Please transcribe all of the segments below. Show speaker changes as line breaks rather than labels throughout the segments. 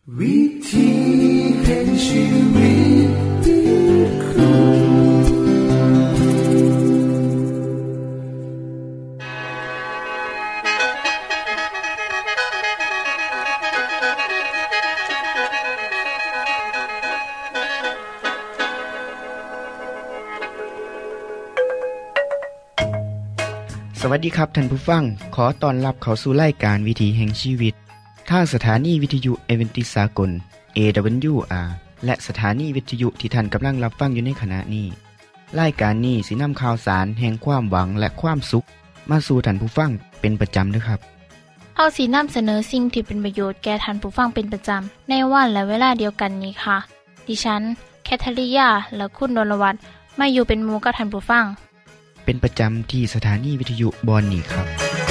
วิธีแห่งชีวิตติดคุก
สวัสดีครับท่านผู้ฟังขอต้อนรับเข้าสู่รายการวิถีแห่งชีวิตทางสถานีวิทยุเอเวนติสากล AWR และสถานีวิทยุที่ท่านกำลังรับฟังอยู่ในขณะนี้รายการนี้สินำข่าวสารแห่งความหวังและความสุขมาสู่ท่านผู้ฟังเป็นประจำด้วยครับ
เฮาสินำเสนอสิ่งที่เป็นประโยชน์แก่ท่านผู้ฟังเป็นประจำในวันและเวลาเดียวกันนี้ค่ะดิฉันแคทริยาและคุณดลวัฒน์มาอยู่เป็นหมู่กับท่านผู้ฟัง
เป็นประจำที่สถานีวิทยุบอนนี่ครับ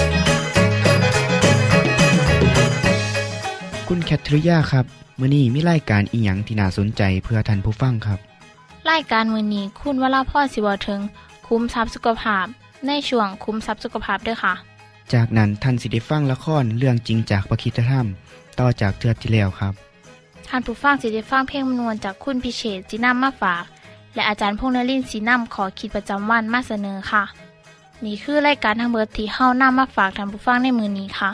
คุณแคทริยาครับมื้อนี้มีรายการอีหยังที่น่าสนใจเพื่อท่านผู้ฟังครับ
รายการมื้อนี้คุณวราพรสิเว้าถึงคุ้มทรัพย์สุขภาพในช่วงคุ้มทรัพย์สุขภาพด้วยค่ะ
จากนั้นท่านสิได้ฟังละครเรื่องจริงจากพระคริสตธรรมต่อจากเทื่อที่แล้วครับ
ท่านผู้ฟังสิได้ฟังเพลงมนวนจากคุณพิเชษฐ์สินำมาฝากและอาจารย์พงษ์นฤมลศรีนำขอคิดประจำวันมาเสนอค่ะนี่คือรายการทั้งเบิดที่เฮานำมาฝากท่านผู้ฟังในมื้อนี้ค่ะ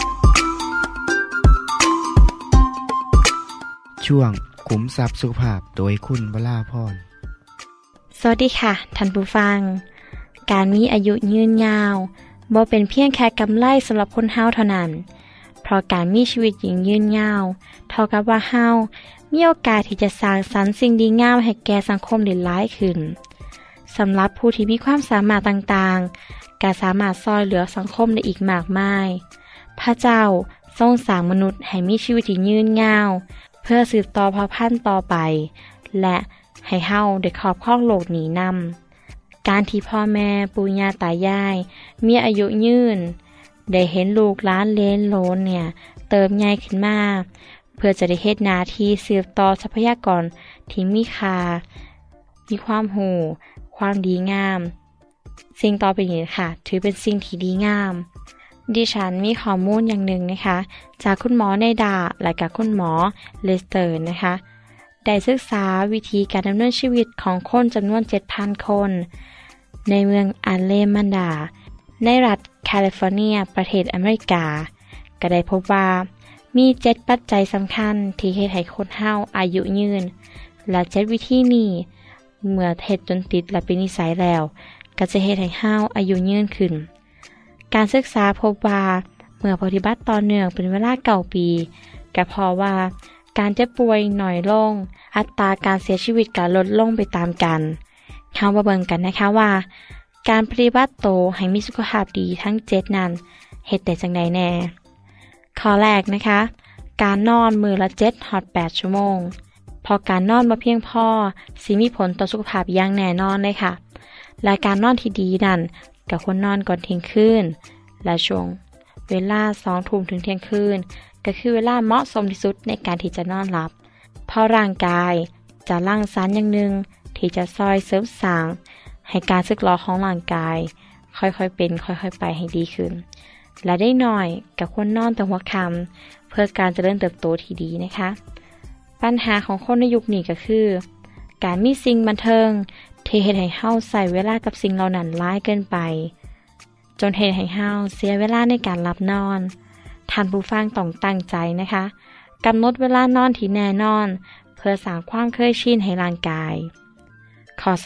ช่วงขุมทรัพย์สุขภาพโดยคุณวราพร
สวัสดีค่ะท่านผู้ฟังการมีอายุยืนยาวบ่เป็นเพียงแค่กำไรสำหรับคนเฮาเท่านั้นเพราะการมีชีวิตยืนยาวเท่ากับว่าเฮามีโอกาสที่จะสร้างสรรค์สิ่งดีงามให้แก่สังคมได้หลายขึ้นสำหรับผู้ที่มีความสามารถต่างๆก็สามารถช่วยเหลือสังคมได้อีกมากมายพระเจ้าทรงสร้างมนุษย์ให้มีชีวิตที่ยืนยาวเพื่อสืบต่อเผ่าพันธุ์ต่อไปและให้เฮาได้ครอบครองโลกนี้นำการที่พ่อแม่ปู่ย่าตายายมีอายุยืนได้เห็นลูกหลานเลนโลนเนี่ยเติบใหญ่ขึ้นมาเพื่อจะได้เฮ็ดหน้าที่สืบต่อทรัพยากรที่มีค่ามีความรู้ความดีงามสิ่งต่อไปนี้ค่ะถือเป็นสิ่งที่ดีงามดิฉันมีข้อมูลอย่างหนึ่งนะคะจากคุณหมอไนดาและกับคุณหมอเลสเตอร์นะคะได้ศึกษาวิธีการดำเนินชีวิตของคนจำนวน 7,000 คนในเมืองอาเลมันดาในรัฐแคลิฟอร์เนียประเทศอเมริกาก็ได้พบว่ามี7ปัจจัยสำคัญที่เฮ็ดให้คนเฮาอายุยืนและ7วิธีนี้เมื่อเฮ็ดจนติดและเป็นนิสัยแล้วก็จะเฮ็ดให้เฮาอายุยืนขึ้นการศึกษาพบว่าเมื่อปฏิบัติต่อเนื่องเป็นเวลา9 ปีก็เพราะว่าการเจ็บป่วยน้อยลงอัตราการเสียชีวิตก็ลดลงไปตามกันเฮามาเบิ่งกันนะคะว่าการปฏิบัติตนให้มีสุขภาพดีทั้ง7นั้นเฮ็ดได้จังได๋แน่ข้อแรกนะคะการนอนมื้อละ7 ฮอด 8 ชั่วโมงพอการนอนบ่เพียงพอสิมีผลต่อสุขภาพอย่างแน่นอนเลยค่ะและการนอนที่ดีนั้นก็ควรนอนก่อนเที่ยงคืนและช่วงเวลา 20:00 นถึงเที่ยงคืนก็คือเวลาเหมาะสมที่สุดในการที่จะนอนหลับเพราะร่างกายจะหลั่งสารอย่างหนึ่งที่จะช่วยเสริมสร้างให้การสึกหรอของร่างกายค่อยๆเป็นค่อยๆไปให้ดีขึ้นและได้หน่อยก็ควรนอนแต่หัวค่ำเพื่อการเจริญเติบโตที่ดีนะคะปัญหาของคนในยุคนี้ก็คือการมีสิ่งบันเทิงที่เฮ็ดให้เฮาใช้เวลากับสิ่งเหล่านั้นหลายเกินไปจนเฮ็ดให้เฮาเสียเวลาในการหลับนอนท่านผู้ฟังต้องตั้งใจนะคะกำหนดเวลานอนที่แน่นอนเพื่อสร้างความเคยชินให้ร่างกายข้อ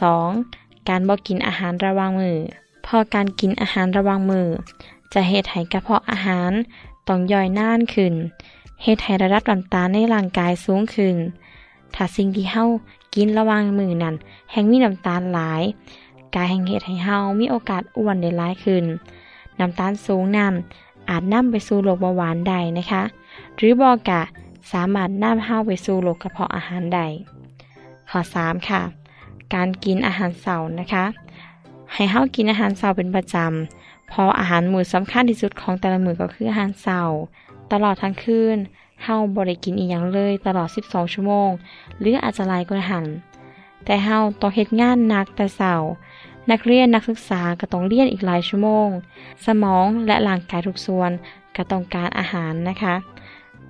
2การบ่กินอาหารระหว่างมื้อพอการกินอาหารระหว่างมื้อจะเฮ็ดให้กระเพาะอาหารต้องย่อยนานขึ้นเฮ็ดให้ระดับน้ำตาลในร่างกายสูงขึ้นถ้าสิ่งที่เฮากินระหว่างมื้อนั้นแฮ่งมีน้ำตาลหลายกายแห่งเฮ็ดให้เฮามีโอกาสอ้วนได้หลายขึ้นน้ำตาลสูงนั้นอาจนำไปสู่โรคเบาหวานได้นะคะหรือบ่ก็สามารถนำเฮาไปสู่โรคกระเพาะอาหารได้ข้อ3ค่ะการกินอาหารเช้านะคะให้เฮากินอาหารเช้าเป็นประจำเพราะอาหารมื้อสำคัญที่สุดของแต่ละมื้อก็คืออาหารเช้าตลอดทั้งคืนเฮาบ่ได้กินอีหยังเลยตลอด12 ชั่วโมงหรืออาจจะหลายกว่านั้นแต่เฮาต้องเฮ็ดงานหนักแต่เช้านักเรียนนักศึกษาก็ต้องเรียนอีกหลายชั่วโมงสมองและร่างกายทุกส่วนก็ต้องการอาหารนะคะ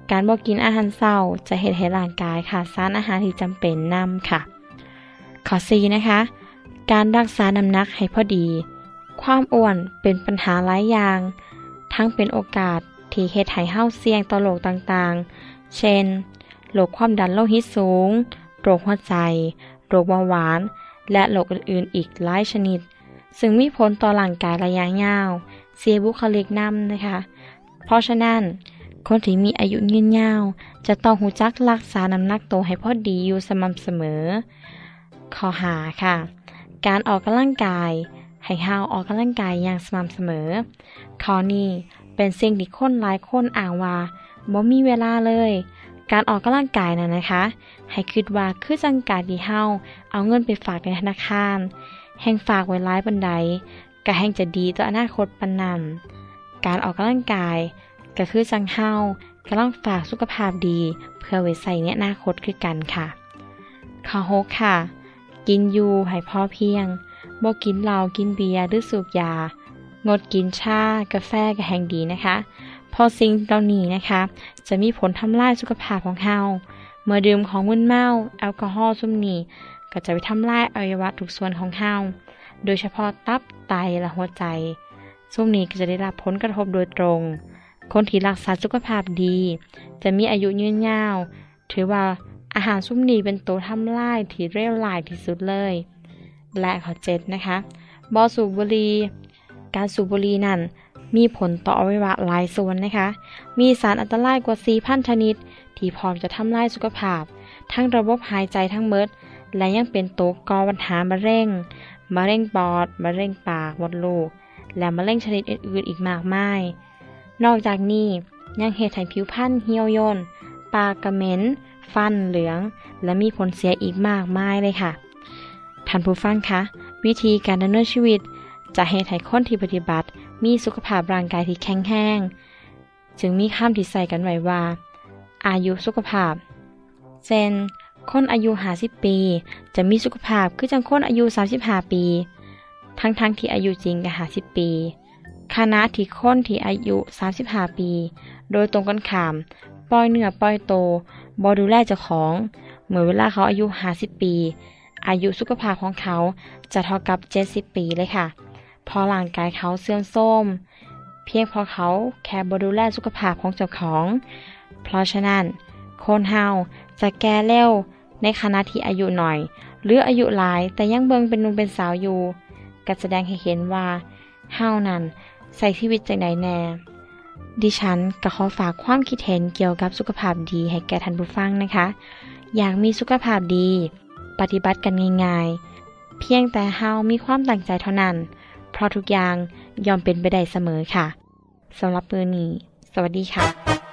การบ่กินอาหารเช้าจะเฮ็ดให้ร่างกายขาดสารอาหารที่จำเป็นนำค่ะข้อ4นะคะการรักษาน้ำหนักให้พอดีความอ้วนเป็นปัญหาหลายอย่างทั้งเป็นโอกาสที่เฮ็ดให้เฮาเสี่ยงต่อโรคต่างๆเช่นโรคความดันโลหิตสูงโรคหัวใจโรคเบาหวานและโรคอื่นๆอีกหลายชนิดซึ่งมีผลต่อร่างกายระยะยาวเสียบุคลิกนำนะคะเพราะฉะนั้นคนที่มีอายุยืนยาวจะต้องรู้จักรักษาน้ำหนักตัวให้พอดีอยู่สม่ำเสมอข้อ5ค่ะการออกกำลังกายให้เฮาออกกำลังกายอย่างสม่ำเสมอข้อนี้เป็นสิ่งที่คนหลายคนอ้างว่าบ่มีเวลาเลยการออกกำลังกายนั้นนะคะให้คิดว่าคือจังการที่เฮาเอาเงินไปฝากในธนาคารแห่งฝากไว้หลายปานใดก็แห่งจะดีต่ออนาคตปานนั้นการออกกำลังกายก็คือจังเฮากำลังฝากสุขภาพดีเพื่อไว้ใช้ในอนาคตคือกันค่ะข้อ6ค่ะกินอยู่ให้พอเพียงบ่กินเหล้ากินเบียร์หรือสูบยางดกินชากาแฟก็แห่งดีนะคะพอสิ่งเหล่านี้นะคะจะมีผลทำลายสุขภาพของเฮาเมื่อดื่มของมึนเมาแอลกอฮอล์ซุ่มนี้ก็จะไปทำลายอวัยวะทุกส่วนของเฮาโดยเฉพาะตับไตและหัวใจซุ่มนี้ก็จะได้รับผลกระทบโดยตรงคนที่รักษาสุขภาพดีจะมีอายุยืนยาวถือว่าอาหารซุ่มนี้เป็นตัวทำลายที่เลวร้ายที่สุดเลยและข้อ7นะคะบ่สูบบุหรี่การสูบบุหรี่นั้นมีผลต่ออวัยวะหลายส่วนนะคะมีสารอันตรายกว่า 4,000 ชนิดที่พร้อมจะทำลายสุขภาพทั้งระบบหายใจทั้งหมดและยังเป็นตัวก่อปัญหามะเร็งปอดมะเร็งปากมดลูกและมะเร็งชนิดอื่นๆอีกมากมายนอกจากนี้ยังเฮ็ดให้ผิวพรรณเหี่ยวย่นปากกระเหม็นฟันเหลืองและมีผลเสียอีกมากมายเลยค่ะท่านผู้ฟังคะวิธีการดำเนินชีวิตจะเฮ็ดให้คนที่ปฏิบัติมีสุขภาพร่างกายที่แข็งแรงจึงมีคำที่ใส่กันไว้ว่าอายุสุขภาพเช่นคนอายุ50ปีจะมีสุขภาพคือจังคนอายุ35ปีทั้งที่อายุจริงก็50ปีขณะที่คนที่อายุ35ปีโดยตรงกันข้ามปล่อยเนื้อปล่อยโตบ่ดูแลเจ้าของเมื่อเวลาเขาอายุ50ปีอายุสุขภาพของเขาจะเท่ากับ70ปีเลยค่ะพอร่างกายเขาเสื่อมโทรมเพียงพอเขาแค่บ่ดูแลสุขภาพของเจ้าของเพราะฉะนั้นคนเฮาจะแก่เร็วในขณะที่อายุหน่อยหรืออายุหลายแต่ยังเบิ่งเป็นหนุ่มเป็นสาวอยู่ก็แสดงให้เห็นว่าเฮานั้นใช้ชีวิตจังได๋แน่ดิฉันก็ขอฝากความคิดเห็นเกี่ยวกับสุขภาพดีให้แก่ท่านผู้ฟังนะคะอยากมีสุขภาพดีปฏิบัติกันง่ายๆเพียงแต่เฮามีความตั้งใจเท่านั้นเพราะทุกอย่างย่อมเป็นไปได้เสมอค่ะสำหรับมื้อนี้สวัสดีค่ะ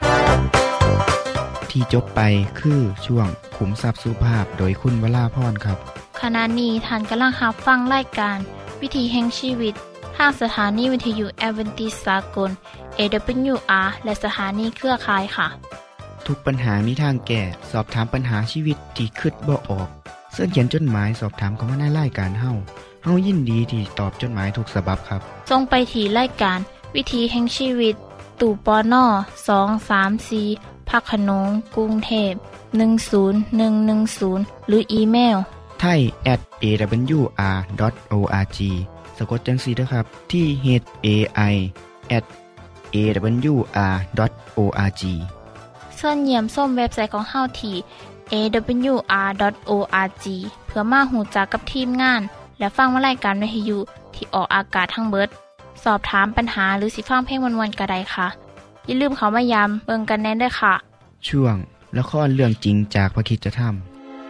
ที่จบไปคือช่วงขุมทรัพย์สุภาพโดยคุณวราพรครับ
ขณะนี้ท่านกำลังรับฟังรายการวิถีแห่งชีวิตทางสถานีวิทยุแอดเวนทิสต์สากล AWR และสถานีเครือข่ายค่ะ
ทุกปัญหามีทางแก้สอบถามปัญหาชีวิตที่คิดบ่ออกเสิร์ชเขียนจดหมายสอบถามเข้ามาในรายการเฮายินดีที่ตอบจดหมายทุกฉบับครับ
ส่งไปที่รายการวิถีแห่งชีวิตตู้ปน234พักขนงกรุงเทพ10110หรืออีเมล
thai@awr.org สะกดจังซี่เด้อครับที่ hai@awr.org
เชิญเยี่ยมชมเว็บไซต์ของเฮาที่ awr.org เพื่อมาฮู้จักกับทีมงานและฟังรายการวิทยุที่ออกอากาศทั้งเบิดสอบถามปัญหาหรือสิฟังเพลงม่วนๆก็ได้ค่ะอย่าลืมเข้ามาย้ำเบิ่งกันแน่นด้วยค่ะ
ช่วงละครเรื่องจริงจากพระคริสตธรรม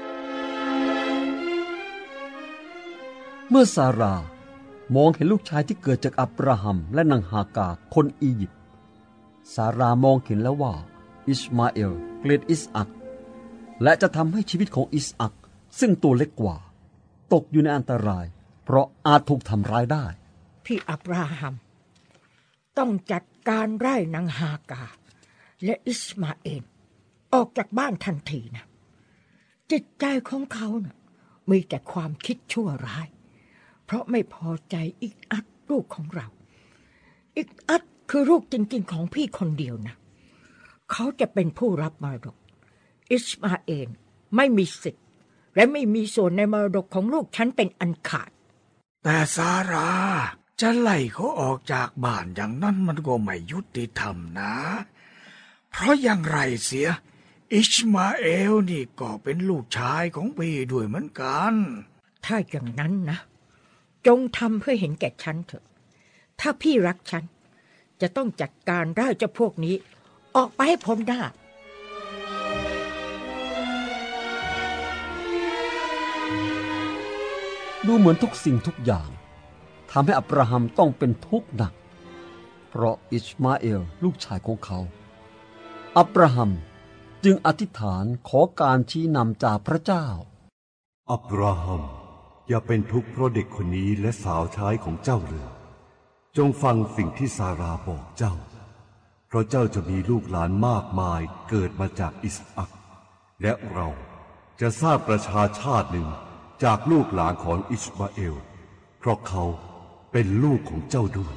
เมื่อซารามองเห็นลูกชายที่เกิดจากอับราฮัมและนางฮากาคนอียิปต์ซารามองเห็นแล้วว่าอิชมาเอลเกลียดอิสอัคและจะทำให้ชีวิตของอิสอัคซึ่งตัวเล็กกว่าตกอยู่ในอันตรายเพราะอาจถูกทำร้ายได้
พี่อับราฮัมต้องจัดการไล่นางฮากาและอิสมาเอลออกจากบ้านทันทีนะจิตใจของเขานะมีแต่ความคิดชั่วร้ายเพราะไม่พอใจอิกอัคลูกของเราอิกอัคคือลูกจริงๆของพี่คนเดียวนะเขาจะเป็นผู้รับมรดกอิสมาเอลไม่มีสิทธิ์และไม่มีส่วนในมรดกของลูกฉันเป็นอันขาด
แต่ซาราจะไล่เขาออกจากบ้านอย่างนั้นมันก็ไม่ยุติธรรมนะเพราะอย่างไรเสียอิชมาเอลนี่ก็เป็นลูกชายของพี่ด้วยเหมือนกัน
ถ้าอย่างนั้นนะจงทำเพื่อเห็นแก่ฉันเถอะถ้าพี่รักฉันจะต้องจัดการไล่เจ้าพวกนี้ออกไปให้พ้นหน้า
ดูเหมือนทุกสิ่งทุกอย่างทำให้อับราฮัมต้องเป็นทุกข์หนักเพราะอิชมาเอลลูกชายของเขาอับราฮัมจึงอธิษฐานขอการชี้นำจากพระเจ้า
อับราฮัมอย่าเป็นทุกข์เพราะเด็กคนนี้และสาวใช้ของเจ้าเลยจงฟังสิ่งที่ซาราบอกเจ้าเพราะเจ้าจะมีลูกหลานมากมายเกิดมาจากอิสอัคและเราจะสร้างประชาชาติหนึ่งจากลูกหลานของอิสมาเอลเพราะเขาเป็นลูกของเจ้าด้วย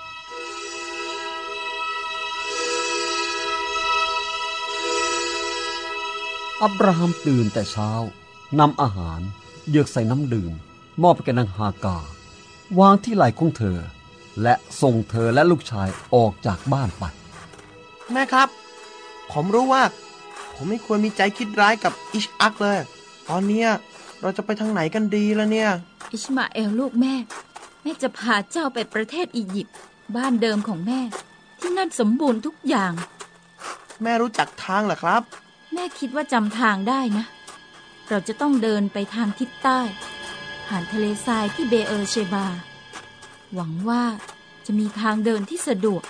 อับราฮัมตื่นแต่เช้านำอาหารเยือกใส่น้ำดื่มมอบไปแก่นางฮากาวางที่ไหล่ของเธอและส่งเธอและลูกชายออกจากบ้านไป
แม่ครับผมรู้ว่าผมไม่ควรมีใจคิดร้ายกับอิชอัคเลยตอนนี้เราจะไปทางไหนกันดีล่ะเนี่ย
อิชมาเอลลูกแม่จะพาเจ้าไปประเทศอียิปต์บ้านเดิมของแม่ที่นั่นสมบูรณ์ทุกอย่าง
แม่รู้จักทางเหรอครับ
แม่คิดว่าจำทางได้นะเราจะต้องเดินไปทางทิศใต้ผ่านทะเลทรายที่เบเออร์เชบาหวังว่าจะมีทางเดินที่สะดวก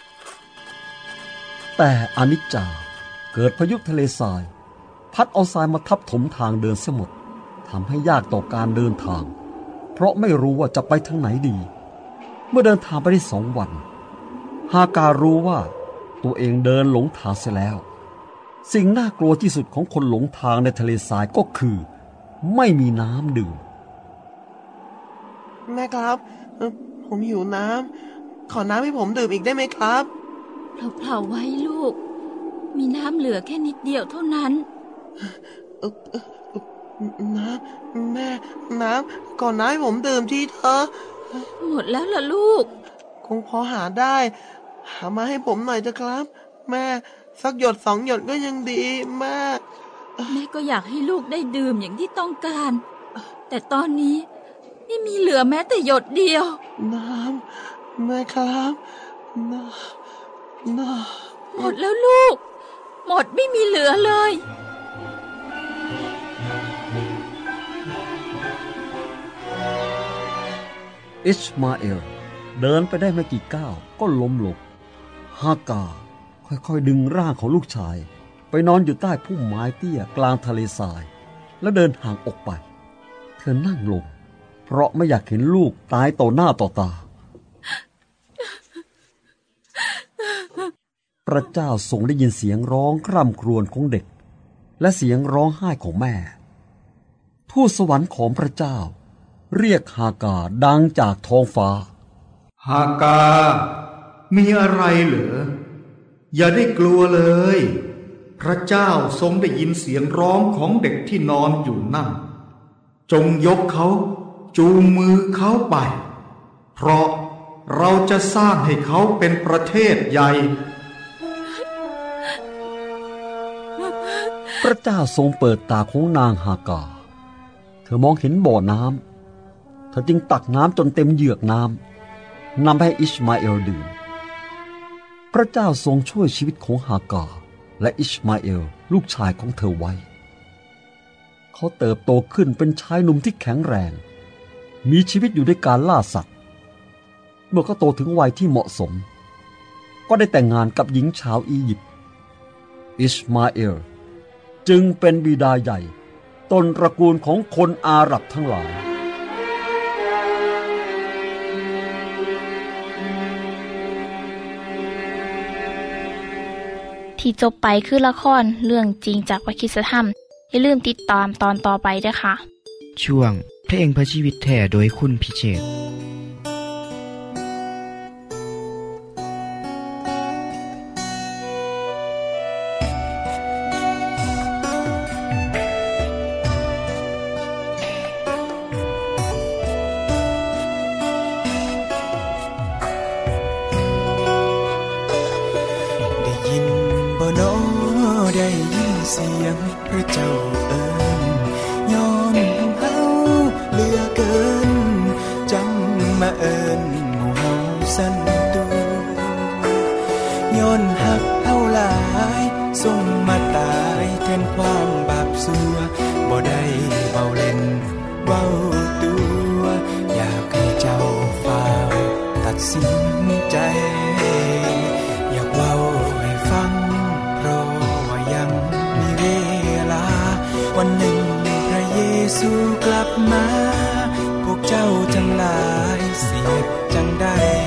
แต่อนิจจาเกิดพายุทะเลทรายพัดเอาทรายมาทับถมทางเดินเสียหมดทำให้ยากต่อการเดินทางเพราะไม่รู้ว่าจะไปทางไหนดีเมื่อเดินทางไปได้2 วันฮาการรู้ว่าตัวเองเดินหลงทางเสียแล้วสิ่งน่ากลัวที่สุดของคนหลงทางในทะเลทรายก็คือไม่มีน้ำดื่ม
แม่ครับผมหิวน้ำขอน้ำให้ผมดื่มอีกได้ไหมครับ
เผาไว้ลูกมีน้ำเหลือแค่นิดเดียวเท่านั้น
น้ำแม่น้ำก่อนน้ำให้ผมดื่มทีเถอะ
หมดแล้วล่ะลูก
คงพอหาได้หามาให้ผมหน่อยเถอะครับแม่สักหยด2 หยดก็ยังดีแม่
ก็อยากให้ลูกได้ดื่มอย่างที่ต้องการแต่ตอนนี้ไม่มีเหลือแม้แต่หยดเดียว
น้ำแม่ครับน้ำ
หมดแล้วลูกหมดไม่มีเหลือเลย
อิชมาเอลเดินไปได้ไม่กี่ก้าวก็ล้มลงฮากาค่อยๆดึงร่างของลูกชายไปนอนอยู่ใต้พุ่มไม้เตี้ยกลางทะเลทรายแล้วเดินห่างออกไปเธอนั่งลงเพราะไม่อยากเห็นลูกตายต่อหน้าต่อตาพระเจ้าทรงได้ยินเสียงร้องคร่ำครวญของเด็กและเสียงร้องไห้ของแม่ทูตสวรรค์ของพระเจ้าเรียกฮากาดังจากท้องฟ้า
ฮากามีอะไรเหรออย่าได้กลัวเลยพระเจ้าทรงได้ยินเสียงร้องของเด็กที่นอนอยู่นั่นจงยกเขาจูงมือเขาไปเพราะเราจะสร้างให้เขาเป็นประเทศใหญ่
พระเจ้าทรงเปิดตาของนางฮากาเธอมองเห็นบ่อน้ำเธอจึงตักน้ำจนเต็มเหยือกน้ำนำให้อิชมาเอลดื่มพระเจ้าทรงช่วยชีวิตของฮากาและอิชมาเอลลูกชายของเธอไว้เขาเติบโตขึ้นเป็นชายหนุ่มที่แข็งแรงมีชีวิตอยู่ด้วยการล่าสัตว์เมื่อเขาโตถึงวัยที่เหมาะสมก็ได้แต่งงานกับหญิงชาวอียิปต์อิชมาเอลจึงเป็นบิดาใหญ่ต้นตระกูลของคนอาหรับทั้งหลาย
ที่จบไปคือละครเรื่องจริงจากวคิสธรรมอย่าลืมติดตามตอนต่อไปด้วยค่ะ
ช่วงเพลงพระชีวิตแท้โดยคุณพิเชษฐ์
เสียงพระเจ้าเอิ้นย้อนเฮาเหลือเกินจังมาเอิ้นหมู่เฮาสั่นตูย้อนฮักเฮาหลายส่งมาตายแทนความบาปซัวบ่ได้เว้าเล่นเว้าตัวอยากให้เจ้าฟังตัดสินใจอยากเว้าให้ฟังเพราะว่ายังมีเวลาวันหนึ่งพระเยซูกลับมาพวกเจ้าทั้งหลายสิเฮ็ดจังใด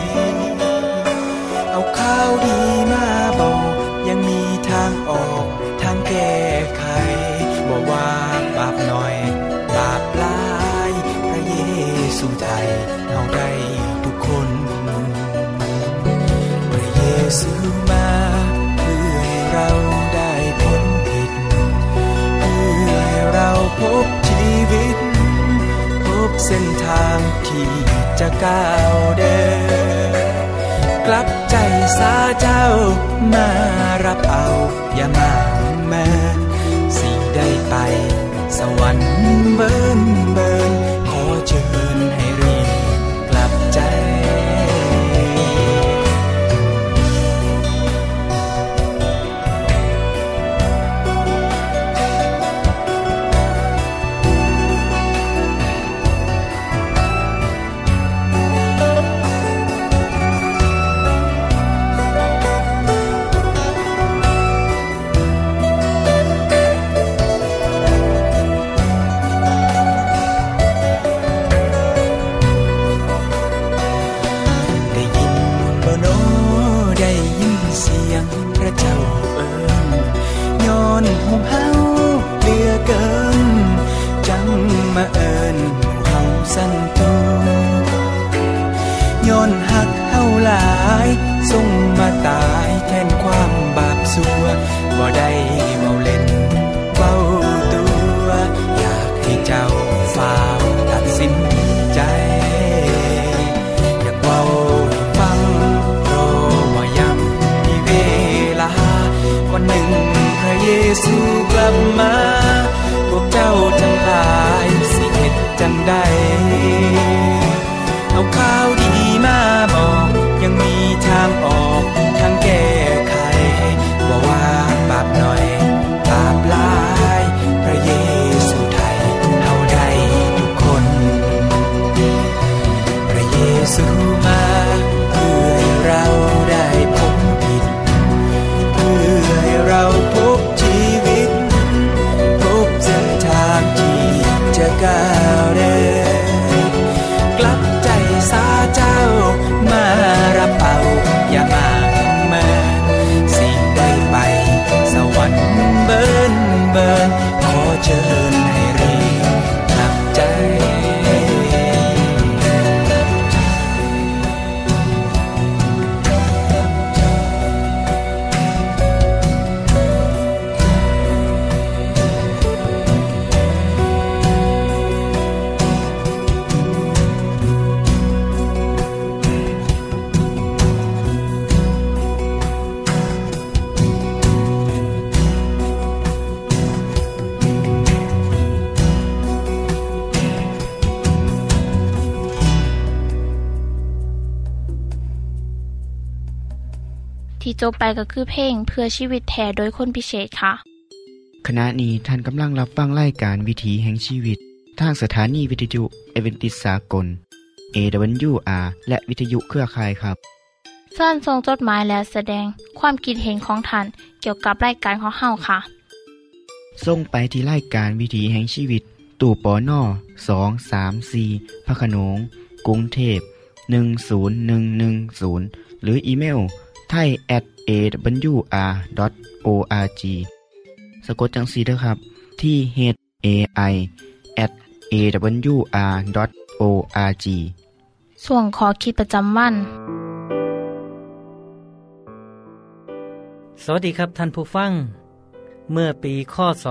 เอาข่าวดีมาบอกยังมีทางออกทางแก้ไขบ่ว่าบาปน้อยบาปหลายพระเยซูไทยเฮาได้ทุกคนพระเยซูมาเพื่อให้เราได้พ้นผิดเพื่อให้เราพบชีวิตพบเส้นทางที่จะก้าวเดินกลับใจสาเจ้ามารับเอาอย่ามาแม้สิได้ไปสวรรค์เบิ่นเบิ่นขอเชิญให้รีบกลับใจส่งมาตายแทนความบาปซัวบ่ได้เว้าเล่นเว้าตัวอยากให้เจ้าฟ้าวตัดสินใจอยากเว้าฟังเพราะว่ายังมีเวลาวันหนึ่งพระเยซูกลับมาพวกเจ้าทั้งหลายสิเฮ็ดจังใดเอาข่าวดีมาบอกยังมีทางออกทางแก้ไขบ่ว่าบาปน้อยบาปหลายพระเยซูไทยเฮาได้ทุกคนพระเยซูมาเพื่อให้เราได้พ้นผิดเพื่อให้เราพบชีวิตพบเส้นทางที่จะก้าวเดินกลับใจสาเจ้ามารับเอาอย่ามาแม้สิได้ไปสวรรค์เบิ่นเบิ่นขอเชิญให้รีบกลับใจ
ที่จบไปก็คือเพลงเพื่อชีวิตแท้โดยคนพิเศษค่ะ
ขณะนี้ท่านกำลังรับฟังรายการวิถีแห่งชีวิตทางสถานีวิทยุเอเวนติสากล AWR และวิทยุเครือข่ายครับ
เชิญส่งจดหมายและแสดงความคิดเห็นของท่านเกี่ยวกับรายการของเฮาค่ะ
ส่งไปที่รายการวิถีแห่งชีวิตตู้ปน234พระโขนงกรุงเทพ10110หรืออีเมลthai@awr.org สะกดจังซี่เด้อครับที่ hai@awr.org
ส่วนขอคิดประจำวัน
สวัสดีครับท่านผู้ฟังเมื่อปีค.ศ.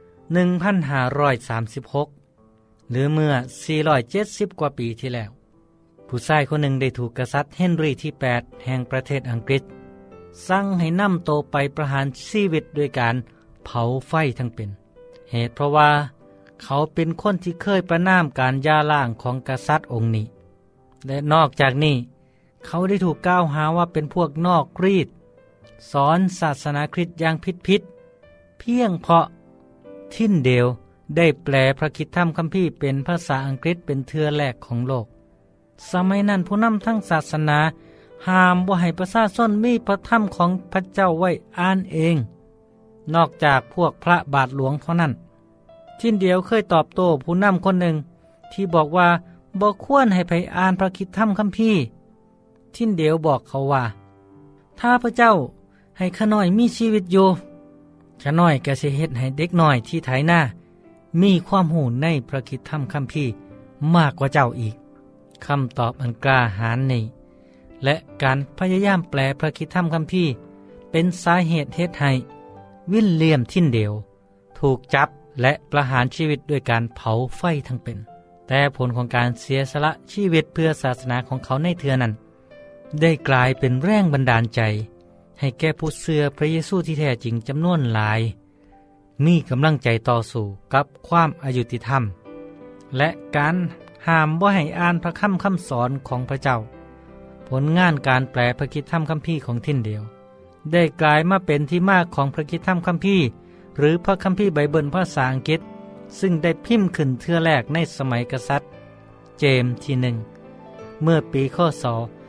1536หรือเมื่อ470กว่าปีที่แล้วผู้ชายคนหนึ่งได้ถูกกษัตริย์เฮนรีที่8แห่งประเทศอังกฤษสั่งให้นำโตไปประหารชีวิตด้วยการเผาไฟทั้งเป็น เหตุเพราะว่าเขาเป็นคนที่เคยประนามการย่าล้างของกษัตริย์องค์นี้และนอกจากนี้เขาได้ถูกกล่าวหาว่าเป็นพวกนอกรีดสอนศาสนาคริสต์อย่างผิดเพียงเพราะทินเดลได้แปลพระคริสตธรรมคัมภีร์เป็นภาษาอังกฤษเป็นเทื่อแรกของโลกสมัยนั้นผู้นำทั้งศาสนาห้ามบ่ให้ประชาชนมีพระธรรมของพระเจ้าไว้อ่านเองนอกจากพวกพระบาทหลวงเท่านั้นทินเดียวเคยตอบโต้ผู้นำคนหนึ่งที่บอกว่าบ่ควรให้ไปอ่านพระคริสตธรรมคัมภีร์ทินเดียวบอกเขาว่าถ้าพระเจ้าให้ข้าน้อยมีชีวิตอยู่ข้าน้อยก็สิเฮ็ดให้เด็กน้อยที่ไถนามีความหูในพระคริสตธรรมคัมภีร์มากกว่าเจ้าอีกคำตอบอันกล้าหาญนี้และการพยายามแปลพระคริสตธรรมคัมภีร์เป็นสาเหตุเฮ็ดให้วิลเลียมทินเดลถูกจับและประหารชีวิตด้วยการเผาไฟทั้งเป็นแต่ผลของการเสียสละชีวิตเพื่อศาสนาของเขาในเทื่อนั้นได้กลายเป็นแรงบันดาลใจให้แก่ผู้เชื่อพระเยซูที่แท้จริงจำนวนหลายมีกำลังใจต่อสู้กับความอยุติธรรมและการห้ามบ่ให้อ่านพระคำสอนของพระเจ้าผลงานการแปลพระคริสตธรรมคัมภีร์ของทินเดลได้กลายมาเป็นที่มาของพระคริสตธรรมคัมภีร์หรือพระคัมภีร์ไบเบิลภาษาอังกฤษซึ่งได้พิมพ์ขึ้นเทื่อแรกในสมัยกษัตริย์เจมส์ที่1เมื่อปีค.ศ.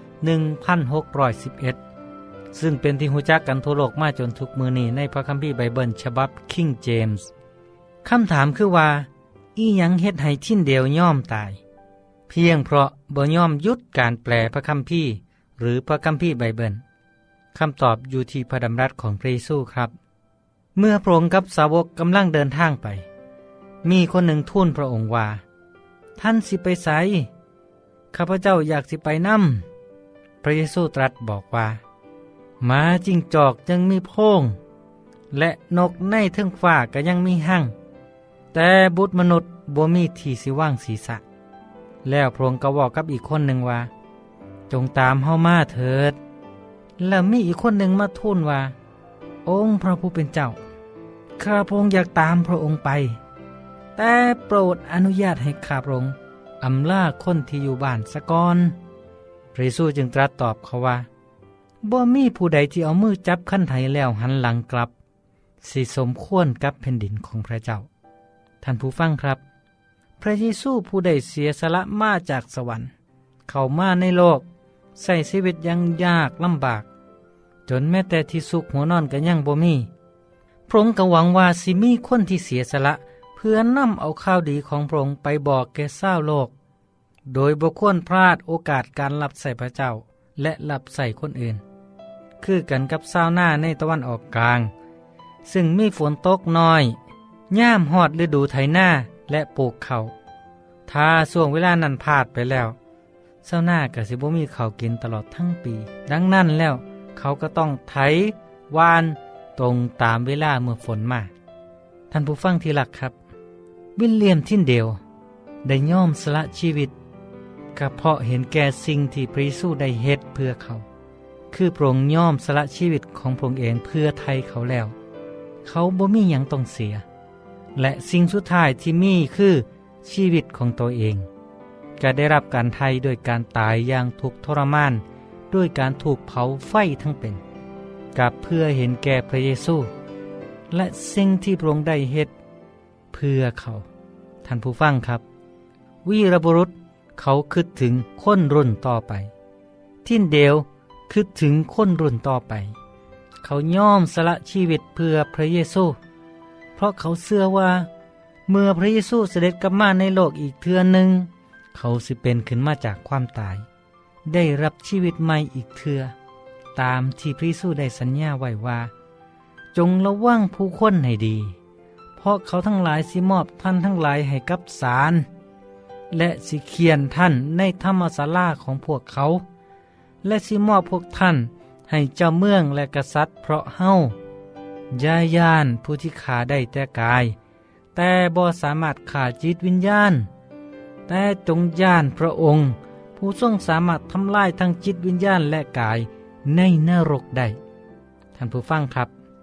1611ซึ่งเป็นที่รู้จักกันทั่วโลกมาจนทุกมือนี้ในพระคัมภีร์ไบเบิลฉบับ King James คำถามคือว่าอีหยังเฮ็ดให้ทินเดลยอมตายเพียงเพราะบ่ยอมหยุดการแปลพระคัมภีร์หรือพระคัมภีร์ไบเบิลคำตอบอยู่ที่พระดำรัสของพระเยซูครับเมื่อพระองค์กับสาวกกำลังเดินทางไปมีคนหนึ่งทูลพระองค์ว่าท่านสิไปไสข้าพเจ้าอยากสิไปนำพระเยซูตรัสบอกว่าหมาจิ้งจอกยังมีโพรงและนกในเทิงฟ้าก็ยังมีหั่งแต่บุตรมนุษย์บ่มีที่สิว่างศีรษะแล้วพระองค์ก็บอกกับอีกคนหนึ่งว่าจงตามเฮามาเถิดแล้วมีอีกคนหนึ่งมาทูลว่าองค์พระผู้เป็นเจ้าข้าพระองค์อยากตามพระองค์ไปแต่โปรดอนุญาตให้ข้าพระองค์อำลาคนที่อยู่บ้านซะก่อนพระเยซูจึงตรัสตอบเขาว่าบ่มีผู้ใดที่เอามือจับคันไถแล้วหันหลังกลับสิสมควรกับแผ่นดินของพระเจ้าท่านผู้ฟังครับพระเยซูผู้ได้เสียสละมาจากสวรรค์เข้ามาในโลกใช้ชีวิตยังยากลำบากจนแม้แต่ที่สุขหัวนอนก็ยังบ่มีพระองค์ก็หวังว่าสิมีคนที่เสียสละเพื่อนำเอาข่าวดีของพระองค์ไปบอกแก่ชาวโลกโดยบ่ควรพลาดโอกาสการรับใส่พระเจ้าและรับใส่คนอื่นคือกันกับชาวนาในตะวันออกกลางซึ่งมีฝนตกน้อยย่ามฮอดฤดูไถนาและปลูกข้าวถ้าช่วงเวลานั้นพลาดไปแล้วชาวนาก็สิบ่มีข้าวกินตลอดทั้งปีดังนั้นแล้วเขาก็ต้องไถหว่านตรงตามเวลาเมื่อฝนมาท่านผู้ฟังที่รักครับวิลเลียมทินเดลได้ยอมสละชีวิตก็เพราะเห็นแก่สิ่งที่พระเยซูได้เฮ็ดเพื่อเขาคือพระองค์ยอมสละชีวิตของพระองค์เองเพื่อไทยเขาแล้วเขาบ่มีหยังต้องเสียและสิ่งสุดท้ายที่มีคือชีวิตของตัวเองก็ได้รับการไถ่โดยการตายอย่างทุกข์ทรมานด้วยการถูกเผาไฟทั้งเป็นกับเพื่อเห็นแก่พระเยซูและสิ่งที่พระองค์ได้เฮ็ดเพื่อเขาท่านผู้ฟังครับวีรบุรุษเขาคิดถึงคนรุ่นต่อไปทินเดลคิดถึงคนรุ่นต่อไปเขายอมสละชีวิตเพื่อพระเยซูเพราะเขาเชื่อว่าเมื่อพระเยซูเสด็จกลับมาในโลกอีกเทื่อหนึ่งเขาสิเป็นขึ้นมาจากความตายได้รับชีวิตใหม่อีกเทื่อตามที่พระเยซูได้สัญญาไว้ว่าจงระวังผู้คนให้ดีเพราะเขาทั้งหลายสิมอบท่านทั้งหลายให้กับศาลและสิเขียนท่านในธรรมศาลาของพวกเขาและสิมอบพวกท่านให้เจ้าเมืองและกษัตริย์เพราะเฮาอย่าย่านผู้ที่ฆ่าได้แต่กายแต่บ่สามารถฆ่าจิตวิญญาณแต่จงย่านพระองค์ผู้ทรงสามารถทำลายทั้งจิตวิญญาณและกายในนรกได้ท่านผู้ฟังครับ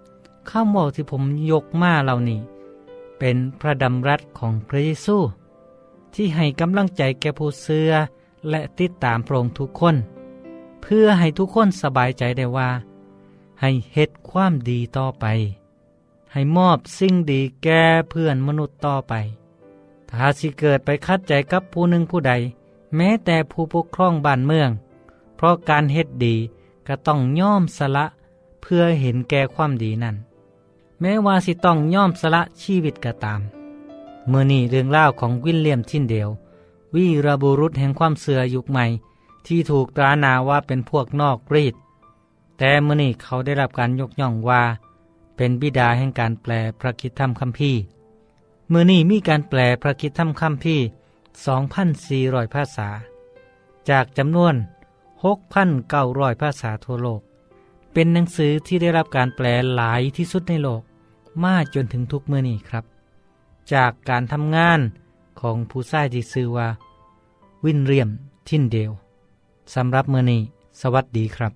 คำบอกที่ผมยกมาเหล่านี้เป็นพระดำรัสของพระเยซูที่ให้กำลังใจแก่ผู้เชื่อและติดตามพระองค์ทุกคนเพื่อให้ทุกคนสบายใจได้ว่าให้เฮ็ดความดีต่อไปให้มอบสิ่งดีแก่เพื่อนมนุษย์ต่อไปถ้าสิเกิดไปคัดใจกับผู้หนึ่งผู้ใดแม้แต่ผู้ปกครองบ้านเมืองเพราะการเฮ็ดดีก็ต้องยอมสละเพื่อเห็นแก่ความดีนั้นแม้ว่าสิต้องยอมสละชีวิตก็ตามเมื่อนี้เรื่องราวของวิลเลียมทินเดลวีรบุรุษแห่งความเสื่อยุคใหม่ที่ถูกตราหน้าว่าเป็นพวกนอกรีดแต่เมื่อนี้เขาได้รับการยกย่องว่าเป็นบิดาแห่งการแปลพระคริสตธรรมคัมภีร์เมื่อนี้มีการแปลพระคริสตธรรมคัมภีร์ 2,400 ภาษาจากจำนวน 6,900 ภาษาทั่วโลกเป็นหนังสือที่ได้รับการแปลหลายที่สุดในโลกมาจนถึงทุกมื้อนี้ครับจากการทำงานของผู้ชายที่ชื่อว่าวิลเลียมทินเดลสำหรับมื้อนี้สวัสดีครับ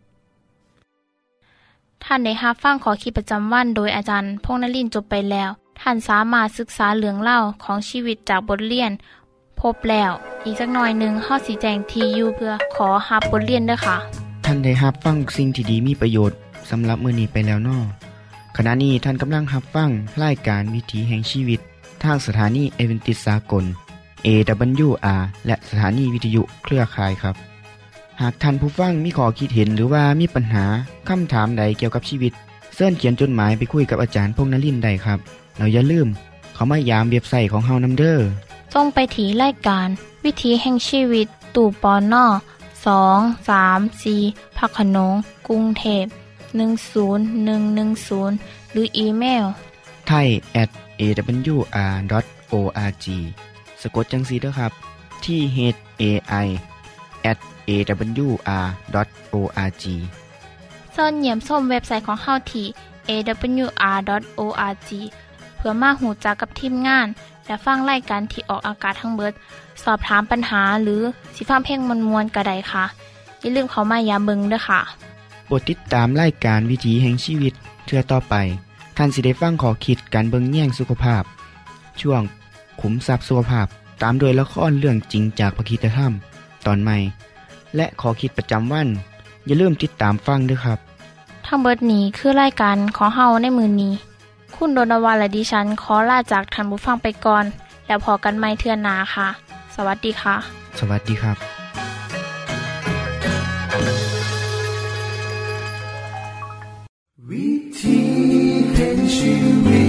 ท่านได้รับฟังขอคิดประจำวันโดยอาจารย์พงษ์นฤมลจบไปแล้วท่านสามารถศึกษาเรื่องเล่าของชีวิตจากบทเรียนพบแล้วอีกสักหน่อยหนึ่งเฮาสิแจ้งที่อยู่เพื่อขอรับบทเรียนด้วยค่ะ
ท่านได้รับฟังสิ่งที่ดีมีประโยชน์สำหรับมื้อนี้ไปแล้วน้อขณะนี้ท่านกำลังรับฟังรายการวิถีแห่งชีวิตทางสถานีเอเวนติสากล AWR และสถานีวิทยุเครือข่ายครับหากท่านผู้ฟังมีข้อคิดเห็นหรือว่ามีปัญหาคำถามใดเกี่ยวกับชีวิตเชิญเขียนจดหมายไปคุยกับอาจารย์พงษ์นฤมลได้ครับแล้วอย่าลืมเข้ามายามเว็บไซต์ของเฮานำเด้อ
ส่งไปที่รายการวิถีแห่งชีวิตตู่ปน234พักขนงกรุงเทพ10110หรืออีเมล
thai@awr.org สะกดจังซี่เด้อครับที่ hai@awr.org
ส่วนเยี่ยมชมเว็บไซต์ของเฮาที่ awr.org เพื่อมาหูจักกับทีมงานและฟังรายการที่ออกอากาศทั้งเบิดสอบถามปัญหาหรือสิฟังเพลงมวลๆก็ได้ค่ะอย่าลืมเข้ามายามเบิ่งด้วยค่ะ
โปรดติดตามรายการวิถีแห่งชีวิตเทื่อต่อไปท่านสิได้ฟังขอคิดการเบิ่งแย่งสุขภาพช่วงขุมทรัพย์สุขภาพตามโดยละครเรื่องจริงจากพระคริสตธรรมตอนใหม่และขอคิดประจำวันอย่าลืมติดตามฟังด้วยครับ
ทั้งเบิดนี้คือรายการของเฮาในมื้อนี้คุณโดนวาและดิฉันขอลาจากท่านผู้ฟังไปก่อนแล้วพอกันใหม่เทื่อหน้าค่ะสวัสดีค่ะ
สวัสดีครับ
วิถีแห่งชีวิต